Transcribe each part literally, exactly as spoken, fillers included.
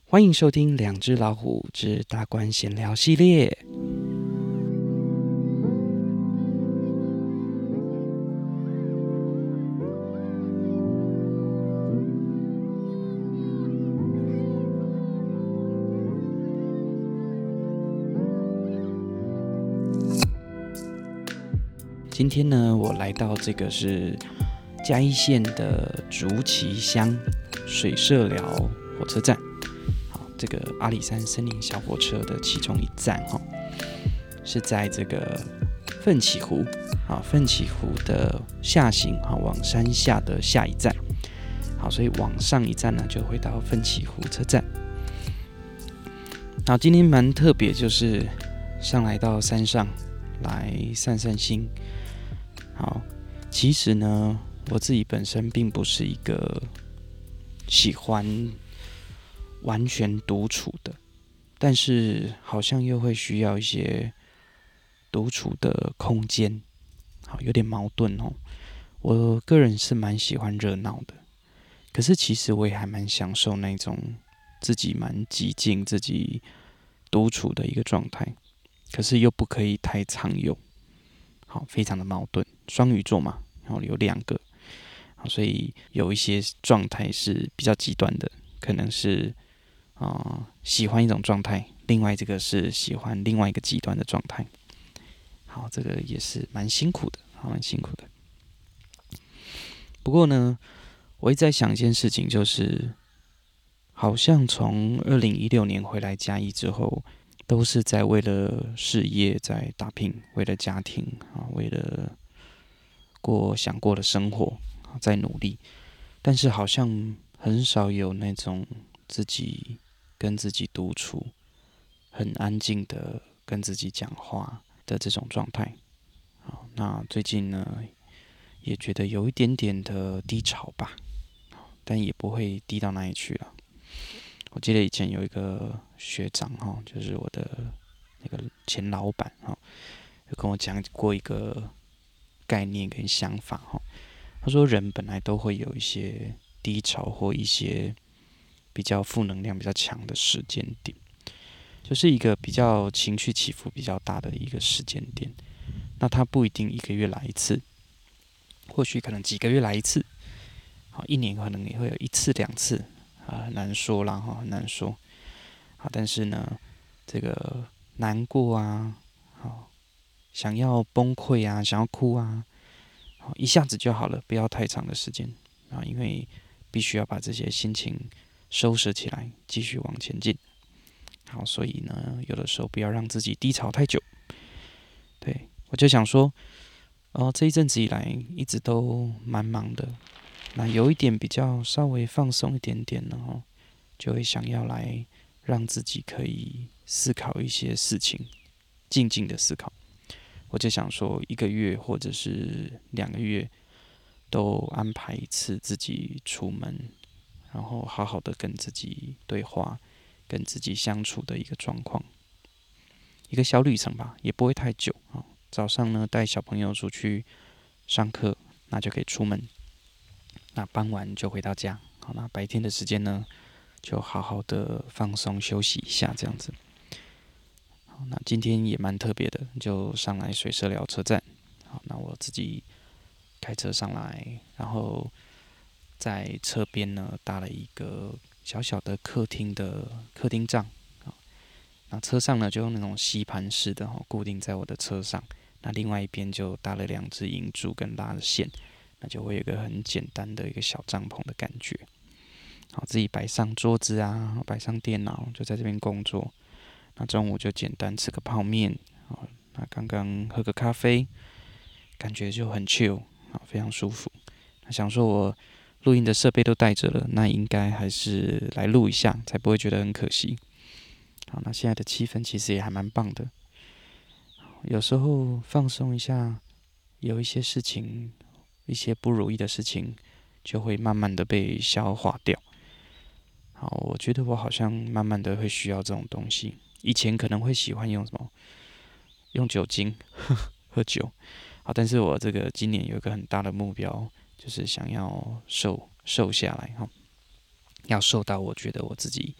欢迎收听《两只老虎之大官闲聊》系列。今天呢，我来到这个是嘉义县的竹崎乡水社寮火车站。好，这个阿里山森林小火车的其中一站哈，是在这个奋起湖啊，奋起湖的下行啊，往山下的下一站。好，所以往上一站呢，就会到奋起湖车站。好，今天蛮特别，就是上来到山上来散散心。好，其实呢，我自己本身并不是一个喜欢完全独处的，但是好像又会需要一些独处的空间。好，有点矛盾哦。我个人是蛮喜欢热闹的，可是其实我也还蛮享受那种自己蛮寂静、自己独处的一个状态，可是又不可以太常用。好，非常的矛盾。双鱼座嘛，然后有两个，好，所以有一些状态是比较极端的，可能是啊、呃、喜欢一种状态，另外这个是喜欢另外一个极端的状态。好，这个也是蛮辛苦的，好，蛮辛苦的。不过呢，我一直在想一件事情，就是好像从二零一六年回来嘉义之后，都是在为了事业在打拼，为了家庭啊，为了过想过的生活在努力，但是好像很少有那种自己跟自己独处，很安静的跟自己讲话的这种状态。好，那最近呢，也觉得有一点点的低潮吧，但也不会低到哪里去了。我记得以前有一个学长哈，就是我的那个前老板哈，有跟我讲过一个概念跟想法哈。他说，人本来都会有一些低潮或一些比较负能量比较强的时间点，就是一个比较情绪起伏比较大的一个时间点。那他不一定一个月来一次，或许可能几个月来一次，好，一年可能也会有一次两次啊，很难说啦哈，很难说。好，但是呢，这个难过啊，好，想要崩溃啊，想要哭啊，好，一下子就好了，不要太长的时间啊，因为必须要把这些心情收拾起来，继续往前进。好，所以呢，有的时候不要让自己低潮太久。对，我就想说，哦，这一阵子以来一直都蛮忙的，那有一点比较稍微放松一点点呢，哦，就会想要来让自己可以思考一些事情，静静的思考。我就想说，一个月或者是两个月，都安排一次自己出门，然后好好的跟自己对话，跟自己相处的一个状况，一个小旅程吧，也不会太久啊。早上呢，带小朋友出去上课，那就可以出门，那傍晚就回到家。好，那白天的时间呢，就好好的放松休息一下，这样子。好，那今天也蛮特别的，就上来水社寮车站。好，那我自己开车上来，然后在侧边呢搭了一个小小的客厅的客厅帐。那车上呢就用那种吸盘式的固定在我的车上，那另外一边就搭了两只银柱跟拉的线，那就会有一个很简单的一个小帐篷的感觉。好，自己摆上桌子啊，摆上电脑，就在这边工作。那中午就简单吃个泡面，那刚刚喝个咖啡，感觉就很 chill， 非常舒服。那想说我录音的设备都带着了，那应该还是来录一下，才不会觉得很可惜。好，那现在的气氛其实也还蛮棒的。有时候放松一下，有一些事情，一些不如意的事情，就会慢慢的被消化掉。好，我觉得我好像慢慢的会需要这种东西。以前可能会喜欢用什么，用酒精喝酒。好，但是我这个今年有一个很大的目标，就是想要瘦瘦下来哈，要瘦到我觉得我自己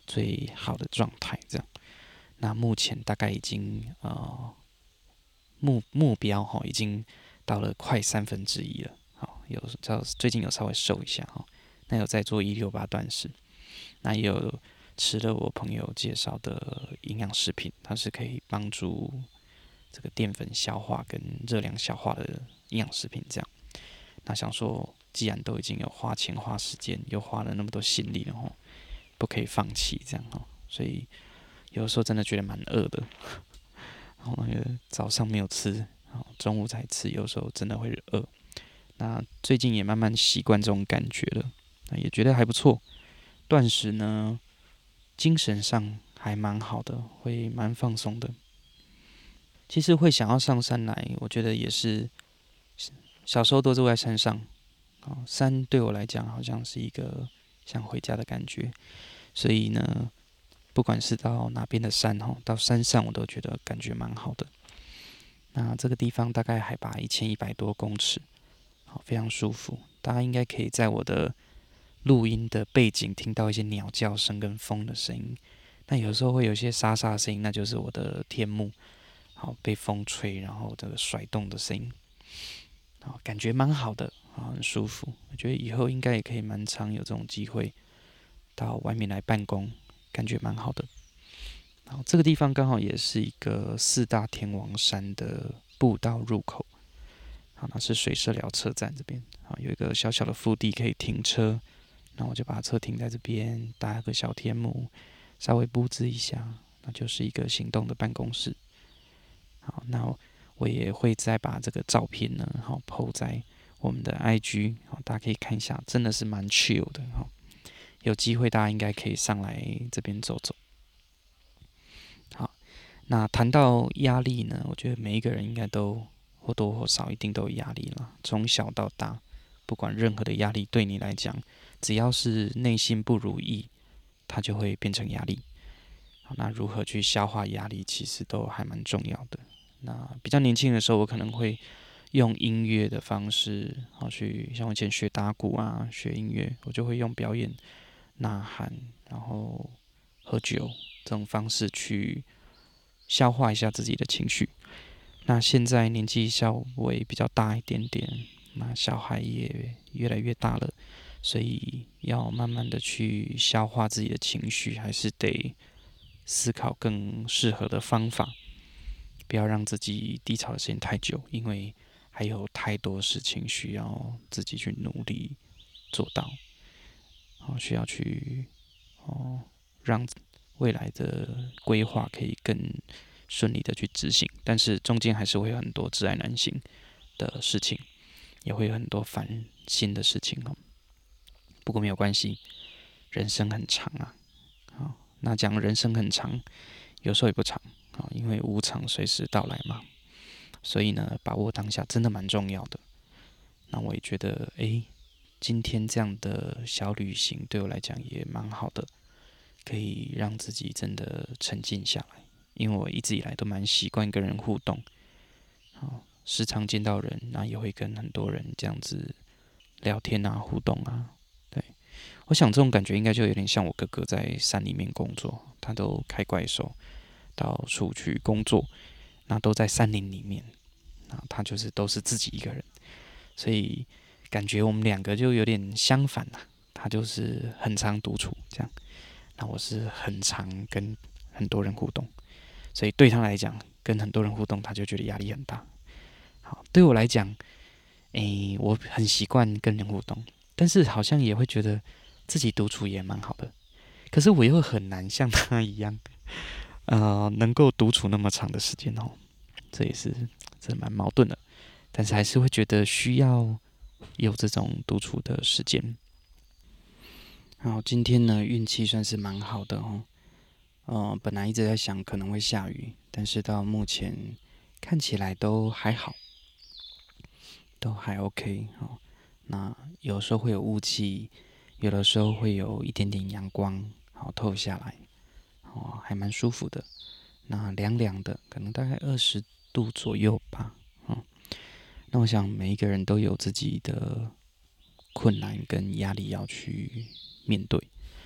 最好的状态这样。那目前大概已经呃目目标哈、已经到了快三分之一了。好，有最近有稍微瘦一下哈。那有在做一六八断食，那也有吃了我朋友介绍的营养食品，它是可以帮助这个淀粉消化跟热量消化的营养食品这样。那想说，既然都已经有花钱花时间，又花了那么多心力了吼，不可以放弃这样吼。所以有的时候真的觉得蛮饿的，然后那个早上没有吃，中午才吃，有时候真的会饿。那最近也慢慢习惯这种感觉了，那也觉得还不错。断食呢，精神上还蛮好的，会蛮放松的。其实会想要上山来，我觉得也是小时候都住在山上，山对我来讲好像是一个像回家的感觉，所以呢，不管是到哪边的山到山上我都觉得感觉蛮好的。那这个地方大概海拔一千一百多公尺，非常舒服。大家应该可以在我的录音的背景听到一些鸟叫声跟风的声音。那有时候会有一些沙沙的声音，那就是我的天幕，好被风吹，然后这个甩动的声音，好感觉蛮好的，很舒服。我觉得以后应该也可以蛮常有这种机会到外面来办公，感觉蛮好的。好，这个地方刚好也是一个四大天王山的步道入口。好，那是水社寮车站这边，好有一个小小的腹地可以停车，那我就把车停在这边，搭个小天幕，稍微布置一下，那就是一个行动的办公室。好，那我也会再把这个照片呢，好 po 在我们的 I G， 好大家可以看一下，真的是蛮 chill 的。好，有机会大家应该可以上来这边走走。好，那谈到压力呢，我觉得每一个人应该都或多或少一定都有压力啦，从小到大，不管任何的压力对你来讲，只要是内心不如意，它就会变成压力。好，那如何去消化压力，其实都还蛮重要的。那比较年轻的时候，我可能会用音乐的方式，好去像我以前学打鼓啊，学音乐，我就会用表演、呐喊，然后喝酒这种方式去消化一下自己的情绪。那现在年纪稍微比较大一点点，那小孩也越来越大了，所以要慢慢的去消化自己的情绪，还是得思考更适合的方法，不要让自己低潮的时间太久，因为还有太多事情需要自己去努力做到，需要去哦让未来的规划可以更顺利的去执行，但是中间还是会有很多挚爱难行的事情，也会有很多烦心的事情哦。不过没有关系，人生很长啊。好，那讲人生很长，有时候也不长啊，因为无常随时到来嘛。所以呢，把握当下真的蛮重要的。那我也觉得，哎，今天这样的小旅行对我来讲也蛮好的，可以让自己真的沉静下来。因为我一直以来都蛮习惯跟人互动，好，时常见到人，那也会跟很多人这样子聊天啊、互动啊。对，我想这种感觉应该就有点像我哥哥在山里面工作，他都开怪兽，到处去工作，那都在山林里面，那他就是都是自己一个人，所以感觉我们两个就有点相反啦。他就是很常独处这样，那我是很常跟很多人互动。所以对他来讲，跟很多人互动，他就觉得压力很大。好，对我来讲，诶，我很习惯跟人互动，但是好像也会觉得自己独处也蛮好的。可是我又很难像他一样，呃，能够独处那么长的时间哦，这也是这蛮矛盾的。但是还是会觉得需要有这种独处的时间。好，今天呢运气算是蛮好的哦。呃，本来一直在想可能会下雨，但是到目前看起来都还好，都还 OK 哦。那有时候会有雾气，有的时候会有一点点阳光，好透下来，哦，还蛮舒服的。那凉凉的，可能大概二十度左右吧。哦，那我想每一个人都有自己的困难跟压力要去面对。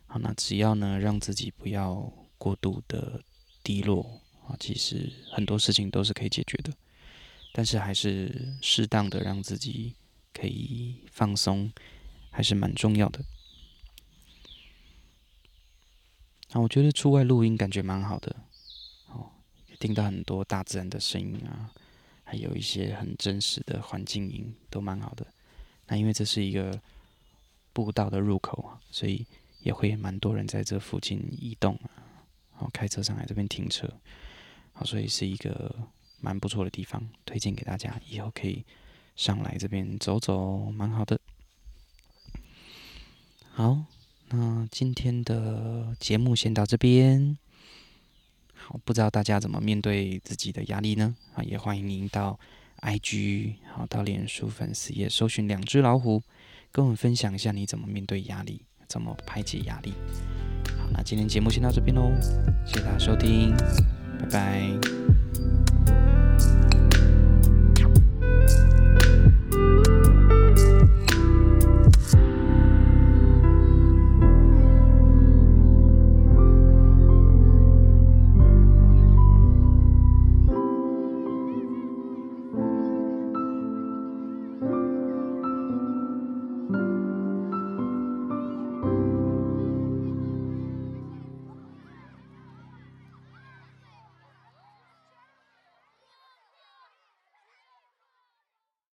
好，那只要呢让自己不要过度的低落啊，其实很多事情都是可以解决的，但是还是适当的让自己可以放松，还是蛮重要的。啊，我觉得出外录音感觉蛮好的，哦，听到很多大自然的声音啊，还有一些很真实的环境音，都蛮好的。那因为这是一个步道的入口啊，所以也会蛮多人在这附近移动啊，然后开车上来这边停车，好，所以是一个蛮不错的地方，推荐给大家，以后可以上来这边走走，蛮好的。好，那今天的节目先到这边。好，不知道大家怎么面对自己的压力呢？啊，也欢迎您到 I G 好到脸书粉丝页搜寻两只老虎，跟我们分享一下你怎么面对压力，怎么排解压力。好，那今天节目先到这边喽，谢谢大家收听，拜拜。